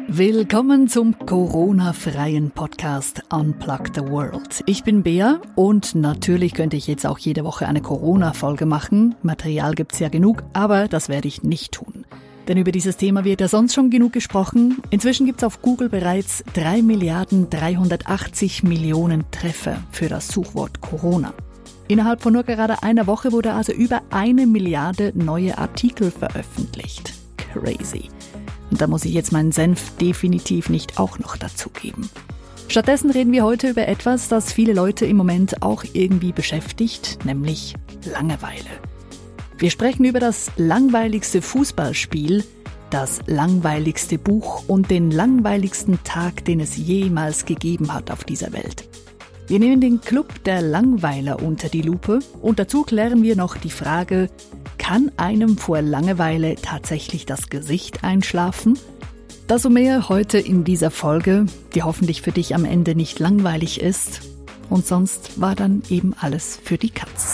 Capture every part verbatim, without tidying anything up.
Willkommen zum Corona-freien Podcast Unplug the World. Ich bin Bea und natürlich könnte ich jetzt auch jede Woche eine Corona-Folge machen. Material gibt's ja genug, aber das werde ich nicht tun. Denn über dieses Thema wird ja sonst schon genug gesprochen. Inzwischen gibt's auf Google bereits drei Milliarden dreihundertachtzig Millionen Treffer für das Suchwort Corona. Innerhalb von nur gerade einer Woche wurde also über eine Milliarde neue Artikel veröffentlicht. Crazy. Und da muss ich jetzt meinen Senf definitiv nicht auch noch dazugeben. Stattdessen reden wir heute über etwas, das viele Leute im Moment auch irgendwie beschäftigt, nämlich Langeweile. Wir sprechen über das langweiligste Fußballspiel, das langweiligste Buch und den langweiligsten Tag, den es jemals gegeben hat auf dieser Welt. Wir nehmen den Club der Langweiler unter die Lupe und dazu klären wir noch die Frage, kann einem vor Langeweile tatsächlich das Gesicht einschlafen? Das und mehr heute in dieser Folge, die hoffentlich für dich am Ende nicht langweilig ist. Und sonst war dann eben alles für die Katz.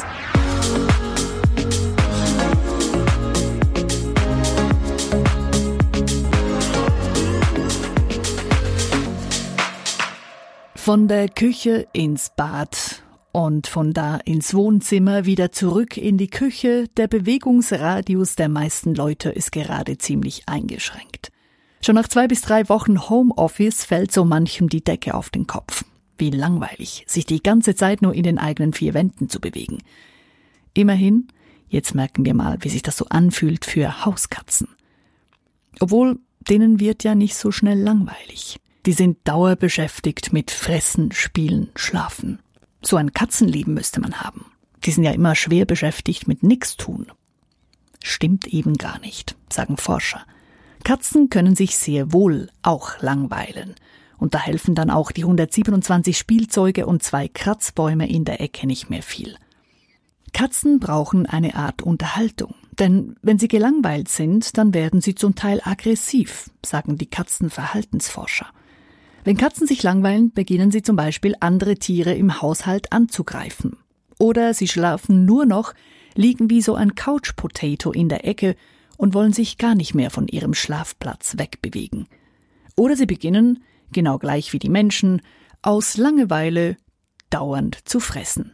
Von der Küche ins Bad und von da ins Wohnzimmer wieder zurück in die Küche. Der Bewegungsradius der meisten Leute ist gerade ziemlich eingeschränkt. Schon nach zwei bis drei Wochen Homeoffice fällt so manchem die Decke auf den Kopf. Wie langweilig, sich die ganze Zeit nur in den eigenen vier Wänden zu bewegen. Immerhin, jetzt merken wir mal, wie sich das so anfühlt für Hauskatzen. Obwohl, denen wird ja nicht so schnell langweilig. Die sind dauerbeschäftigt mit Fressen, Spielen, Schlafen. So ein Katzenleben müsste man haben. Die sind ja immer schwer beschäftigt mit nix tun. Stimmt eben gar nicht, sagen Forscher. Katzen können sich sehr wohl auch langweilen. Und da helfen dann auch die hundertsiebenundzwanzig Spielzeuge und zwei Kratzbäume in der Ecke nicht mehr viel. Katzen brauchen eine Art Unterhaltung. Denn wenn sie gelangweilt sind, dann werden sie zum Teil aggressiv, sagen die Katzenverhaltensforscher. Wenn Katzen sich langweilen, beginnen sie zum Beispiel andere Tiere im Haushalt anzugreifen. Oder sie schlafen nur noch, liegen wie so ein Couch-Potato in der Ecke und wollen sich gar nicht mehr von ihrem Schlafplatz wegbewegen. Oder sie beginnen, genau gleich wie die Menschen, aus Langeweile dauernd zu fressen.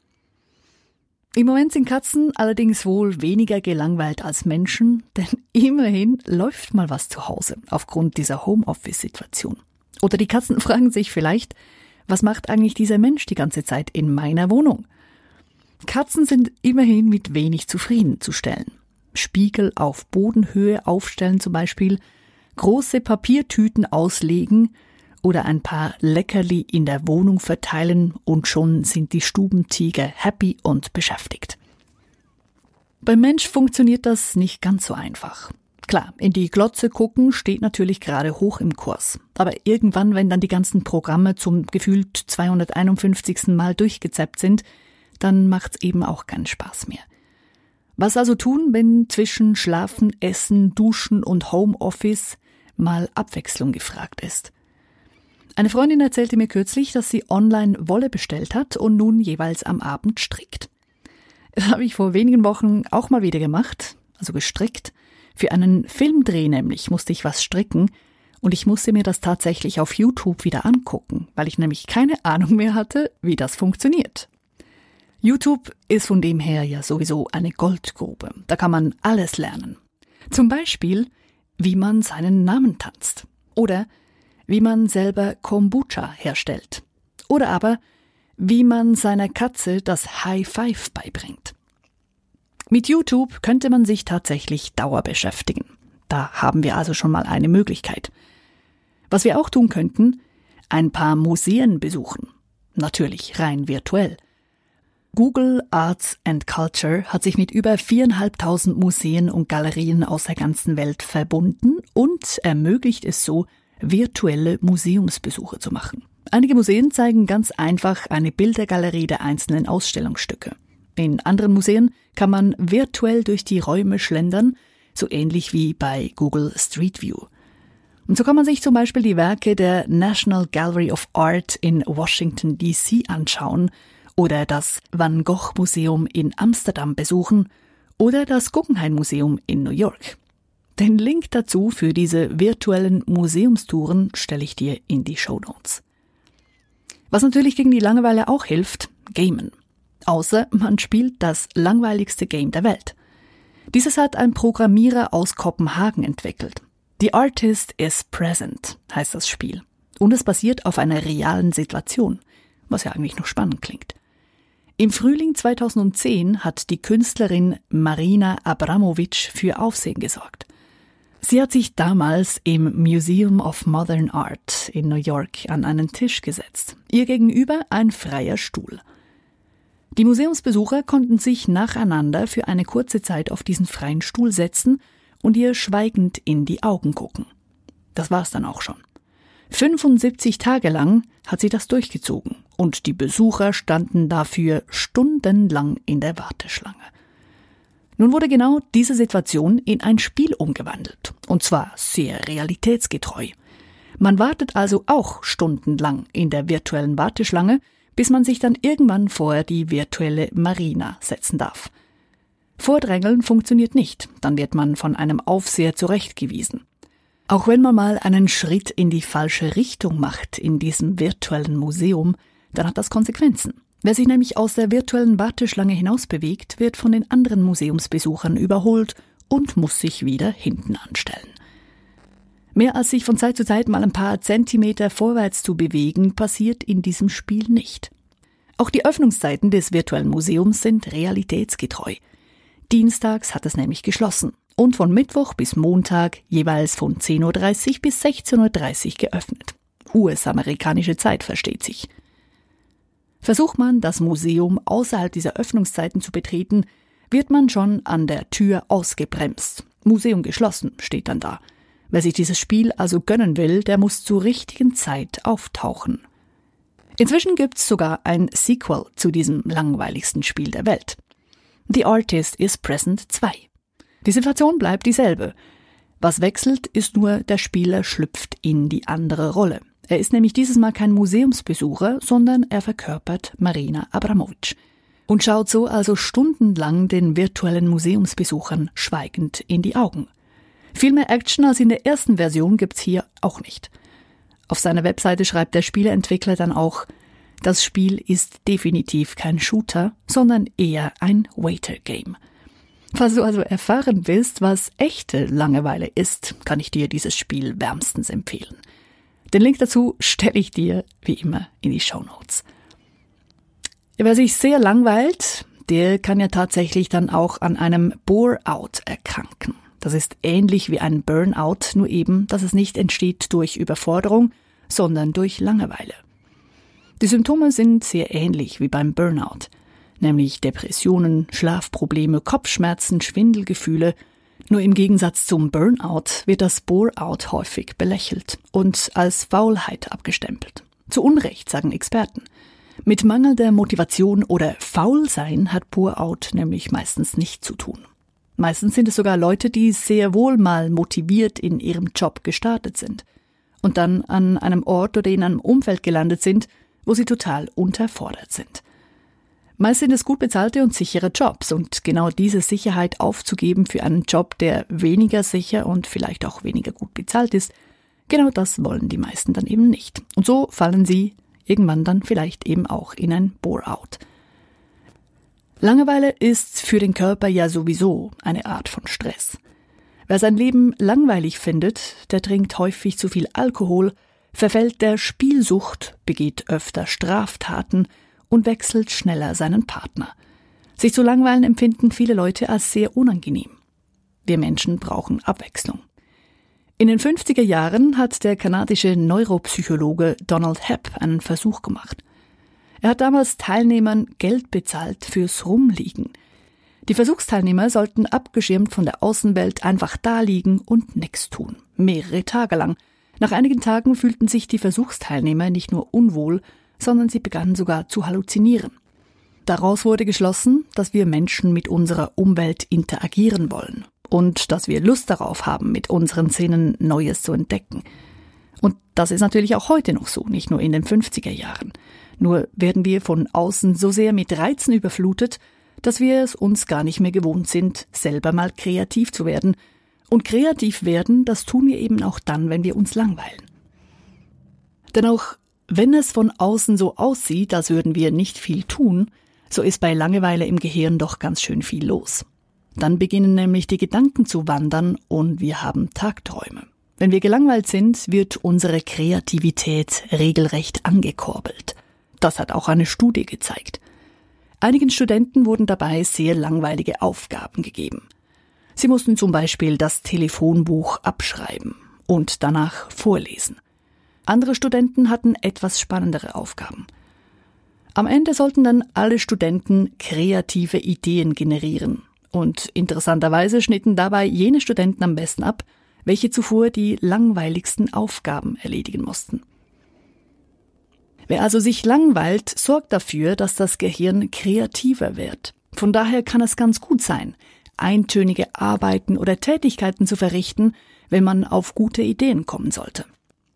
Im Moment sind Katzen allerdings wohl weniger gelangweilt als Menschen, denn immerhin läuft mal was zu Hause aufgrund dieser Homeoffice-Situation. Oder die Katzen fragen sich vielleicht, was macht eigentlich dieser Mensch die ganze Zeit in meiner Wohnung? Katzen sind immerhin mit wenig zufriedenzustellen. Spiegel auf Bodenhöhe aufstellen zum Beispiel, große Papiertüten auslegen oder ein paar Leckerli in der Wohnung verteilen und schon sind die Stubentiger happy und beschäftigt. Beim Mensch funktioniert das nicht ganz so einfach. Klar, in die Glotze gucken steht natürlich gerade hoch im Kurs. Aber irgendwann, wenn dann die ganzen Programme zum gefühlt zweihunderteinundfünfzigsten Mal durchgezappt sind, dann macht's eben auch keinen Spaß mehr. Was also tun, wenn zwischen Schlafen, Essen, Duschen und Homeoffice mal Abwechslung gefragt ist? Eine Freundin erzählte mir kürzlich, dass sie online Wolle bestellt hat und nun jeweils am Abend strickt. Das habe ich vor wenigen Wochen auch mal wieder gemacht, also gestrickt. Für einen Filmdreh nämlich musste ich was stricken und ich musste mir das tatsächlich auf YouTube wieder angucken, weil ich nämlich keine Ahnung mehr hatte, wie das funktioniert. YouTube ist von dem her ja sowieso eine Goldgrube. Da kann man alles lernen. Zum Beispiel, wie man seinen Namen tanzt oder wie man selber Kombucha herstellt oder aber, wie man seiner Katze das High Five beibringt. Mit YouTube könnte man sich tatsächlich Dauer beschäftigen. Da haben wir also schon mal eine Möglichkeit. Was wir auch tun könnten, ein paar Museen besuchen. Natürlich rein virtuell. Google Arts and Culture hat sich mit über viertausendfünfhundert Museen und Galerien aus der ganzen Welt verbunden und ermöglicht es so, virtuelle Museumsbesuche zu machen. Einige Museen zeigen ganz einfach eine Bildergalerie der einzelnen Ausstellungsstücke. In anderen Museen kann man virtuell durch die Räume schlendern, so ähnlich wie bei Google Street View. Und so kann man sich zum Beispiel die Werke der National Gallery of Art in Washington D C anschauen oder das Van Gogh Museum in Amsterdam besuchen oder das Guggenheim Museum in New York. Den Link dazu für diese virtuellen Museumstouren stelle ich dir in die Shownotes. Was natürlich gegen die Langeweile auch hilft, Gamen. Außer man spielt das langweiligste Game der Welt. Dieses hat ein Programmierer aus Kopenhagen entwickelt. The Artist is Present heißt das Spiel. Und es basiert auf einer realen Situation, was ja eigentlich noch spannend klingt. Im Frühling zweitausendzehn hat die Künstlerin Marina Abramovic für Aufsehen gesorgt. Sie hat sich damals im Museum of Modern Art in New York an einen Tisch gesetzt. Ihr gegenüber ein freier Stuhl. Die Museumsbesucher konnten sich nacheinander für eine kurze Zeit auf diesen freien Stuhl setzen und ihr schweigend in die Augen gucken. Das war's dann auch schon. fünfundsiebzig Tage lang hat sie das durchgezogen und die Besucher standen dafür stundenlang in der Warteschlange. Nun wurde genau diese Situation in ein Spiel umgewandelt, und zwar sehr realitätsgetreu. Man wartet also auch stundenlang in der virtuellen Warteschlange, bis man sich dann irgendwann vor die virtuelle Marina setzen darf. Vordrängeln funktioniert nicht, dann wird man von einem Aufseher zurechtgewiesen. Auch wenn man mal einen Schritt in die falsche Richtung macht in diesem virtuellen Museum, dann hat das Konsequenzen. Wer sich nämlich aus der virtuellen Warteschlange hinaus bewegt, wird von den anderen Museumsbesuchern überholt und muss sich wieder hinten anstellen. Mehr als sich von Zeit zu Zeit mal ein paar Zentimeter vorwärts zu bewegen, passiert in diesem Spiel nicht. Auch die Öffnungszeiten des virtuellen Museums sind realitätsgetreu. Dienstags hat es nämlich geschlossen und von Mittwoch bis Montag jeweils von zehn Uhr dreißig bis sechzehn Uhr dreißig geöffnet. U S-amerikanische Zeit, versteht sich. Versucht man, das Museum außerhalb dieser Öffnungszeiten zu betreten, wird man schon an der Tür ausgebremst. Museum geschlossen, steht dann da. Wer sich dieses Spiel also gönnen will, der muss zur richtigen Zeit auftauchen. Inzwischen gibt's sogar ein Sequel zu diesem langweiligsten Spiel der Welt. The Artist is Present zwei. Die Situation bleibt dieselbe. Was wechselt, ist nur, der Spieler schlüpft in die andere Rolle. Er ist nämlich dieses Mal kein Museumsbesucher, sondern er verkörpert Marina Abramovic und schaut so also stundenlang den virtuellen Museumsbesuchern schweigend in die Augen. Viel mehr Action als in der ersten Version gibt's hier auch nicht. Auf seiner Webseite schreibt der Spieleentwickler dann auch, das Spiel ist definitiv kein Shooter, sondern eher ein Waiter-Game. Falls du also erfahren willst, was echte Langeweile ist, kann ich dir dieses Spiel wärmstens empfehlen. Den Link dazu stelle ich dir, wie immer, in die Shownotes. Wer sich sehr langweilt, der kann ja tatsächlich dann auch an einem Bore-out erkranken. Das ist ähnlich wie ein Burnout, nur eben, dass es nicht entsteht durch Überforderung, sondern durch Langeweile. Die Symptome sind sehr ähnlich wie beim Burnout, nämlich Depressionen, Schlafprobleme, Kopfschmerzen, Schwindelgefühle. Nur im Gegensatz zum Burnout wird das Bore-out häufig belächelt und als Faulheit abgestempelt. Zu Unrecht, sagen Experten. Mit mangelnder Motivation oder Faulsein hat Bore-out nämlich meistens nichts zu tun. Meistens sind es sogar Leute, die sehr wohl mal motiviert in ihrem Job gestartet sind und dann an einem Ort oder in einem Umfeld gelandet sind, wo sie total unterfordert sind. Meist sind es gut bezahlte und sichere Jobs und genau diese Sicherheit aufzugeben für einen Job, der weniger sicher und vielleicht auch weniger gut bezahlt ist, genau das wollen die meisten dann eben nicht. Und so fallen sie irgendwann dann vielleicht eben auch in ein Bore-out. Langeweile ist für den Körper ja sowieso eine Art von Stress. Wer sein Leben langweilig findet, der trinkt häufig zu viel Alkohol, verfällt der Spielsucht, begeht öfter Straftaten und wechselt schneller seinen Partner. Sich zu langweilen empfinden viele Leute als sehr unangenehm. Wir Menschen brauchen Abwechslung. In den fünfziger Jahren hat der kanadische Neuropsychologe Donald Hebb einen Versuch gemacht. Er hat damals Teilnehmern Geld bezahlt fürs Rumliegen. Die Versuchsteilnehmer sollten abgeschirmt von der Außenwelt einfach da liegen und nichts tun. Mehrere Tage lang. Nach einigen Tagen fühlten sich die Versuchsteilnehmer nicht nur unwohl, sondern sie begannen sogar zu halluzinieren. Daraus wurde geschlossen, dass wir Menschen mit unserer Umwelt interagieren wollen und dass wir Lust darauf haben, mit unseren Sinnen Neues zu entdecken. Und das ist natürlich auch heute noch so, nicht nur in den fünfziger Jahren. Nur werden wir von außen so sehr mit Reizen überflutet, dass wir es uns gar nicht mehr gewohnt sind, selber mal kreativ zu werden Und kreativ werden, das tun wir eben auch dann, wenn wir uns langweilen. Denn auch wenn es von außen so aussieht, als würden wir nicht viel tun, so ist bei Langeweile im Gehirn doch ganz schön viel los. Dann beginnen nämlich die Gedanken zu wandern und wir haben Tagträume. Wenn wir gelangweilt sind, wird unsere Kreativität regelrecht angekurbelt. Das hat auch eine Studie gezeigt. Einigen Studenten wurden dabei sehr langweilige Aufgaben gegeben. Sie mussten zum Beispiel das Telefonbuch abschreiben und danach vorlesen. Andere Studenten hatten etwas spannendere Aufgaben. Am Ende sollten dann alle Studenten kreative Ideen generieren. Und interessanterweise schnitten dabei jene Studenten am besten ab, welche zuvor die langweiligsten Aufgaben erledigen mussten. Wer also sich langweilt, sorgt dafür, dass das Gehirn kreativer wird. Von daher kann es ganz gut sein, eintönige Arbeiten oder Tätigkeiten zu verrichten, wenn man auf gute Ideen kommen sollte.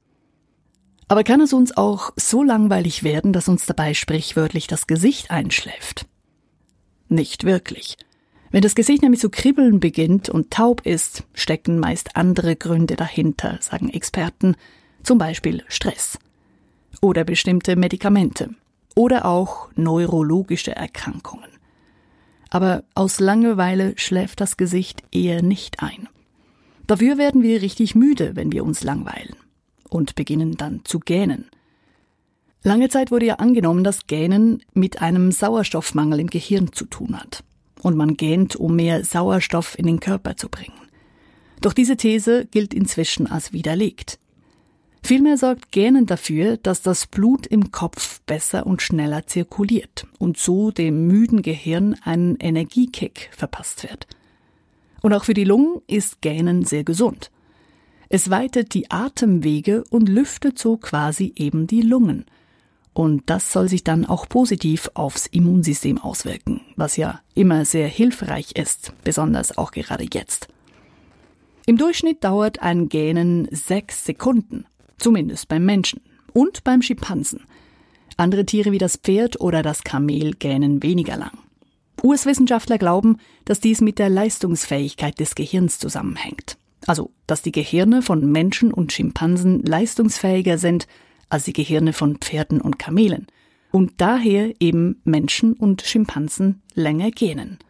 Aber kann es uns auch so langweilig werden, dass uns dabei sprichwörtlich das Gesicht einschläft? Nicht wirklich. Wenn das Gesicht nämlich zu kribbeln beginnt und taub ist, stecken meist andere Gründe dahinter, sagen Experten, zum Beispiel Stress oder bestimmte Medikamente oder auch neurologische Erkrankungen. Aber aus Langeweile schläft das Gesicht eher nicht ein. Dafür werden wir richtig müde, wenn wir uns langweilen und beginnen dann zu gähnen. Lange Zeit wurde ja angenommen, dass Gähnen mit einem Sauerstoffmangel im Gehirn zu tun hat. Und man gähnt, um mehr Sauerstoff in den Körper zu bringen. Doch diese These gilt inzwischen als widerlegt. Vielmehr sorgt Gähnen dafür, dass das Blut im Kopf besser und schneller zirkuliert und so dem müden Gehirn ein Energiekick verpasst wird. Und auch für die Lungen ist Gähnen sehr gesund. Es weitet die Atemwege und lüftet so quasi eben die Lungen. Und das soll sich dann auch positiv aufs Immunsystem auswirken, was ja immer sehr hilfreich ist, besonders auch gerade jetzt. Im Durchschnitt dauert ein Gähnen sechs Sekunden, zumindest beim Menschen und beim Schimpansen. Andere Tiere wie das Pferd oder das Kamel gähnen weniger lang. U S-Wissenschaftler glauben, dass dies mit der Leistungsfähigkeit des Gehirns zusammenhängt. Also, dass die Gehirne von Menschen und Schimpansen leistungsfähiger sind als die Gehirne von Pferden und Kamelen und daher eben Menschen und Schimpansen länger gähnen.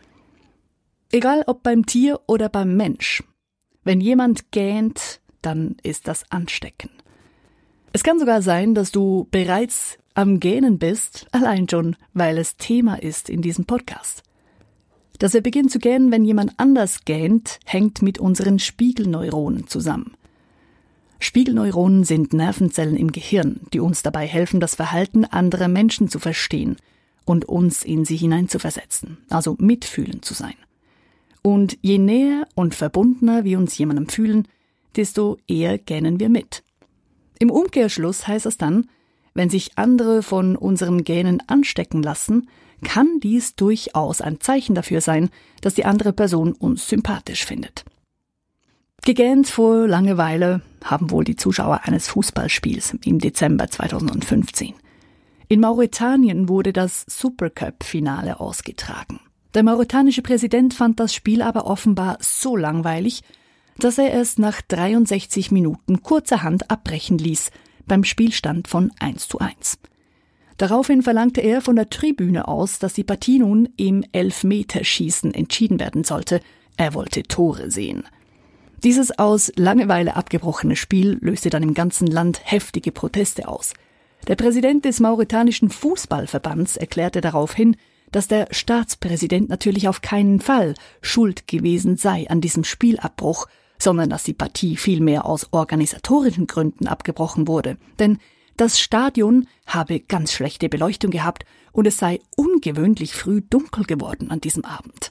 Egal ob beim Tier oder beim Mensch, wenn jemand gähnt, dann ist das ansteckend. Es kann sogar sein, dass du bereits am Gähnen bist, allein schon, weil es Thema ist in diesem Podcast. Dass wir beginnen zu gähnen, wenn jemand anders gähnt, hängt mit unseren Spiegelneuronen zusammen. Spiegelneuronen sind Nervenzellen im Gehirn, die uns dabei helfen, das Verhalten anderer Menschen zu verstehen und uns in sie hineinzuversetzen, also mitfühlend zu sein. Und je näher und verbundener wir uns jemandem fühlen, desto eher gähnen wir mit. Im Umkehrschluss heißt es dann, wenn sich andere von unserem Gähnen anstecken lassen, kann dies durchaus ein Zeichen dafür sein, dass die andere Person uns sympathisch findet. Gegähnt vor Langeweile haben wohl die Zuschauer eines Fußballspiels im Dezember zweitausendfünfzehn. In Mauretanien wurde das Supercup-Finale ausgetragen. Der mauretanische Präsident fand das Spiel aber offenbar so langweilig, dass er es nach dreiundsechzig Minuten kurzerhand abbrechen ließ, beim Spielstand von eins zu eins. Daraufhin verlangte er von der Tribüne aus, dass die Partie nun im Elfmeterschießen entschieden werden sollte. Er wollte Tore sehen. Dieses aus Langeweile abgebrochene Spiel löste dann im ganzen Land heftige Proteste aus. Der Präsident des mauretanischen Fußballverbands erklärte daraufhin, dass der Staatspräsident natürlich auf keinen Fall schuld gewesen sei an diesem Spielabbruch, sondern dass die Partie vielmehr aus organisatorischen Gründen abgebrochen wurde. Denn das Stadion habe ganz schlechte Beleuchtung gehabt und es sei ungewöhnlich früh dunkel geworden an diesem Abend.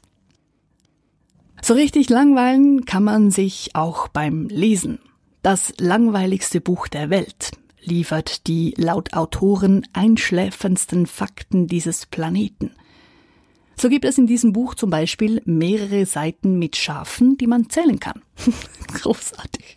So richtig langweilen kann man sich auch beim Lesen. Das langweiligste Buch der Welt liefert die laut Autoren einschläferndsten Fakten dieses Planeten. So gibt es in diesem Buch zum Beispiel mehrere Seiten mit Schafen, die man zählen kann. Großartig.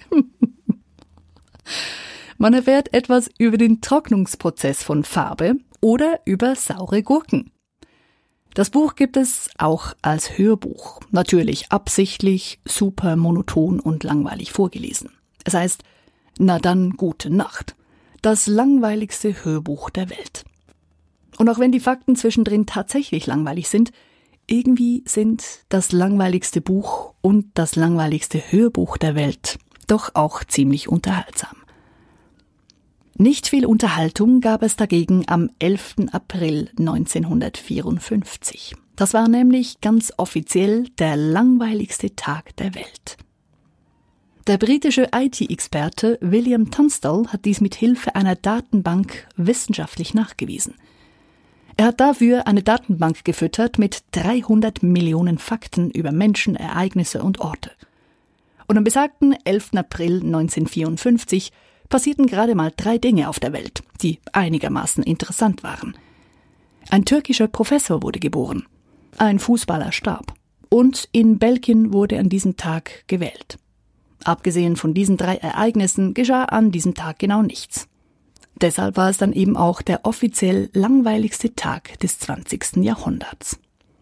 Man erfährt etwas über den Trocknungsprozess von Farbe oder über saure Gurken. Das Buch gibt es auch als Hörbuch, natürlich absichtlich super monoton und langweilig vorgelesen. Es heißt, na dann gute Nacht, das langweiligste Hörbuch der Welt. Und auch wenn die Fakten zwischendrin tatsächlich langweilig sind, irgendwie sind das langweiligste Buch und das langweiligste Hörbuch der Welt doch auch ziemlich unterhaltsam. Nicht viel Unterhaltung gab es dagegen am elften April neunzehnhundertvierundfünfzig. Das war nämlich ganz offiziell der langweiligste Tag der Welt. Der britische I T-Experte William Tunstall hat dies mit Hilfe einer Datenbank wissenschaftlich nachgewiesen. Er hat dafür eine Datenbank gefüttert mit dreihundert Millionen Fakten über Menschen, Ereignisse und Orte. Und am besagten elften April neunzehnhundertvierundfünfzig passierten gerade mal drei Dinge auf der Welt, die einigermaßen interessant waren. Ein türkischer Professor wurde geboren, ein Fußballer starb und in Belgien wurde an diesem Tag gewählt. Abgesehen von diesen drei Ereignissen geschah an diesem Tag genau nichts. Deshalb war es dann eben auch der offiziell langweiligste Tag des zwanzigsten Jahrhunderts.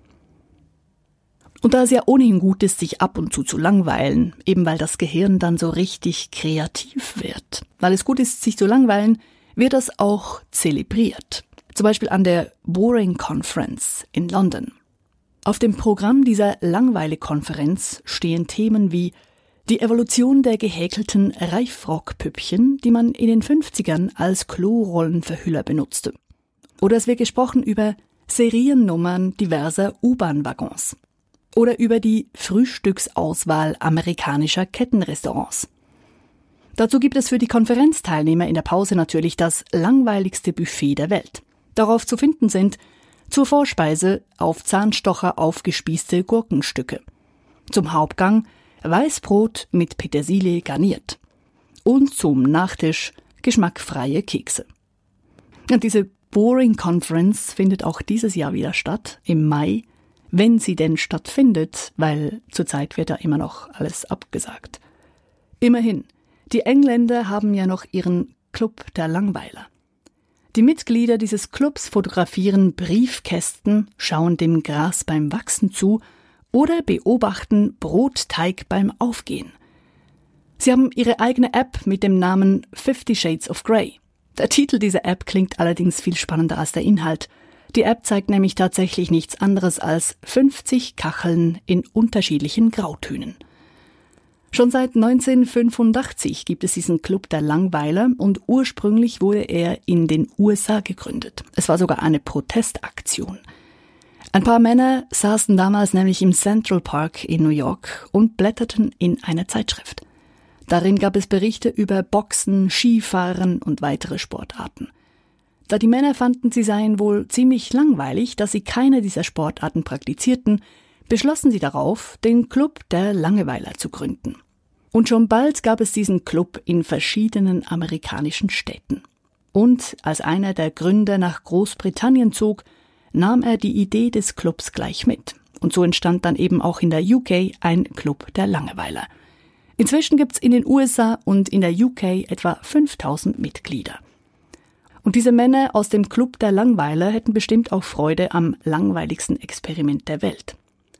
Und da es ja ohnehin gut ist, sich ab und zu zu langweilen, eben weil das Gehirn dann so richtig kreativ wird, weil es gut ist, sich zu langweilen, wird das auch zelebriert. Zum Beispiel an der Boring Conference in London. Auf dem Programm dieser Langweile-Konferenz stehen Themen wie die Evolution der gehäkelten Reifrockpüppchen, die man in den fünfzigern als Klorollenverhüller benutzte. Oder es wird gesprochen über Seriennummern diverser U-Bahn-Waggons. Oder über die Frühstücksauswahl amerikanischer Kettenrestaurants. Dazu gibt es für die Konferenzteilnehmer in der Pause natürlich das langweiligste Buffet der Welt. Darauf zu finden sind zur Vorspeise auf Zahnstocher aufgespießte Gurkenstücke. Zum Hauptgang Weißbrot mit Petersilie garniert. Und zum Nachtisch geschmackfreie Kekse. Und diese Boring Conference findet auch dieses Jahr wieder statt, im Mai, wenn sie denn stattfindet, weil zurzeit wird da immer noch alles abgesagt. Immerhin, die Engländer haben ja noch ihren Club der Langweiler. Die Mitglieder dieses Clubs fotografieren Briefkästen, schauen dem Gras beim Wachsen zu oder beobachten Brotteig beim Aufgehen. Sie haben ihre eigene App mit dem Namen Fifty Shades of Grey. Der Titel dieser App klingt allerdings viel spannender als der Inhalt. Die App zeigt nämlich tatsächlich nichts anderes als fünfzig Kacheln in unterschiedlichen Grautönen. Schon seit neunzehnhundertfünfundachtzig gibt es diesen Club der Langweiler und ursprünglich wurde er in den U S A gegründet. Es war sogar eine Protestaktion. Ein paar Männer saßen damals nämlich im Central Park in New York und blätterten in einer Zeitschrift. Darin gab es Berichte über Boxen, Skifahren und weitere Sportarten. Da die Männer fanden, sie seien wohl ziemlich langweilig, dass sie keine dieser Sportarten praktizierten, beschlossen sie darauf, den Club der Langeweiler zu gründen. Und schon bald gab es diesen Club in verschiedenen amerikanischen Städten. Und als einer der Gründer nach Großbritannien zog, nahm er die Idee des Clubs gleich mit. Und so entstand dann eben auch in der U K ein Club der Langeweiler. Inzwischen gibt's in den U S A und in der U K etwa fünftausend Mitglieder. Und diese Männer aus dem Club der Langweiler hätten bestimmt auch Freude am langweiligsten Experiment der Welt.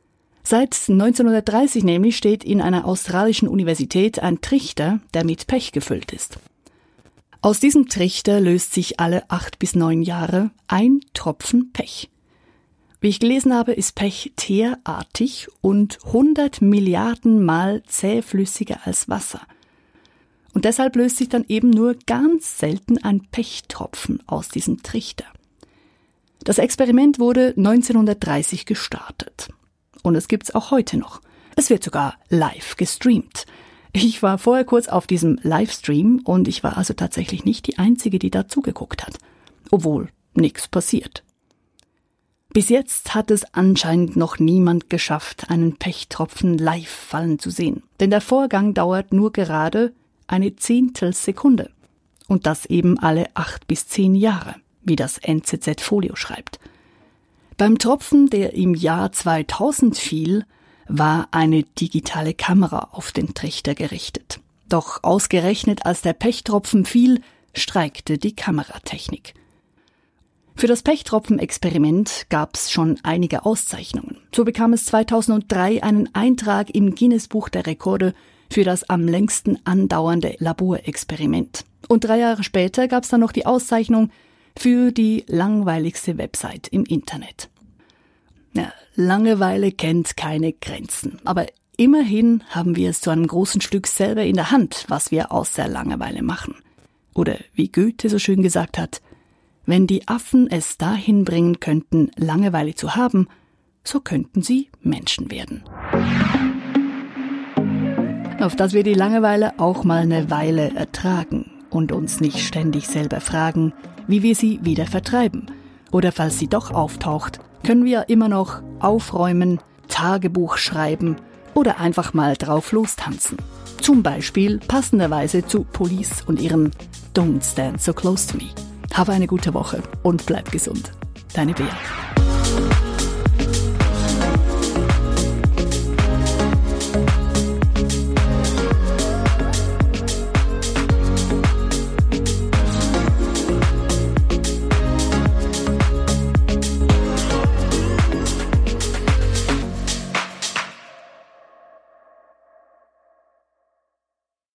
Seit neunzehnhundertdreißig nämlich steht in einer australischen Universität ein Trichter, der mit Pech gefüllt ist. Aus diesem Trichter löst sich alle acht bis neun Jahre ein Tropfen Pech. Wie ich gelesen habe, ist Pech teerartig und hundert Milliarden Mal zähflüssiger als Wasser. Und deshalb löst sich dann eben nur ganz selten ein Pechtropfen aus diesem Trichter. Das Experiment wurde neunzehnhundertdreißig gestartet. Und es gibt's auch heute noch. Es wird sogar live gestreamt. Ich war vorher kurz auf diesem Livestream und ich war also tatsächlich nicht die Einzige, die da zugeguckt hat. Obwohl nichts passiert. Bis jetzt hat es anscheinend noch niemand geschafft, einen Pechtropfen live fallen zu sehen. Denn der Vorgang dauert nur gerade eine Zehntelsekunde. Und das eben alle acht bis zehn Jahre, wie das N Z Z Folio schreibt. Beim Tropfen, der im Jahr zweitausend fiel, war eine digitale Kamera auf den Trichter gerichtet. Doch ausgerechnet als der Pechtropfen fiel, streikte die Kameratechnik. Für das Pechstropfen-Experiment gab es schon einige Auszeichnungen. So bekam es zweitausenddrei einen Eintrag im Guinness-Buch der Rekorde für das am längsten andauernde Laborexperiment. Und drei Jahre später gab es dann noch die Auszeichnung für die langweiligste Website im Internet. Ja, Langeweile kennt keine Grenzen, aber immerhin haben wir es zu einem großen Stück selber in der Hand, was wir aus der Langeweile machen. Oder wie Goethe so schön gesagt hat, wenn die Affen es dahin bringen könnten, Langeweile zu haben, so könnten sie Menschen werden. Auf dass wir die Langeweile auch mal eine Weile ertragen und uns nicht ständig selber fragen, wie wir sie wieder vertreiben. Oder falls sie doch auftaucht, können wir immer noch aufräumen, Tagebuch schreiben oder einfach mal drauf lostanzen. Zum Beispiel passenderweise zu Police und ihrem Don't Stand So Close to Me. Habe eine gute Woche und bleib gesund. Deine Bea.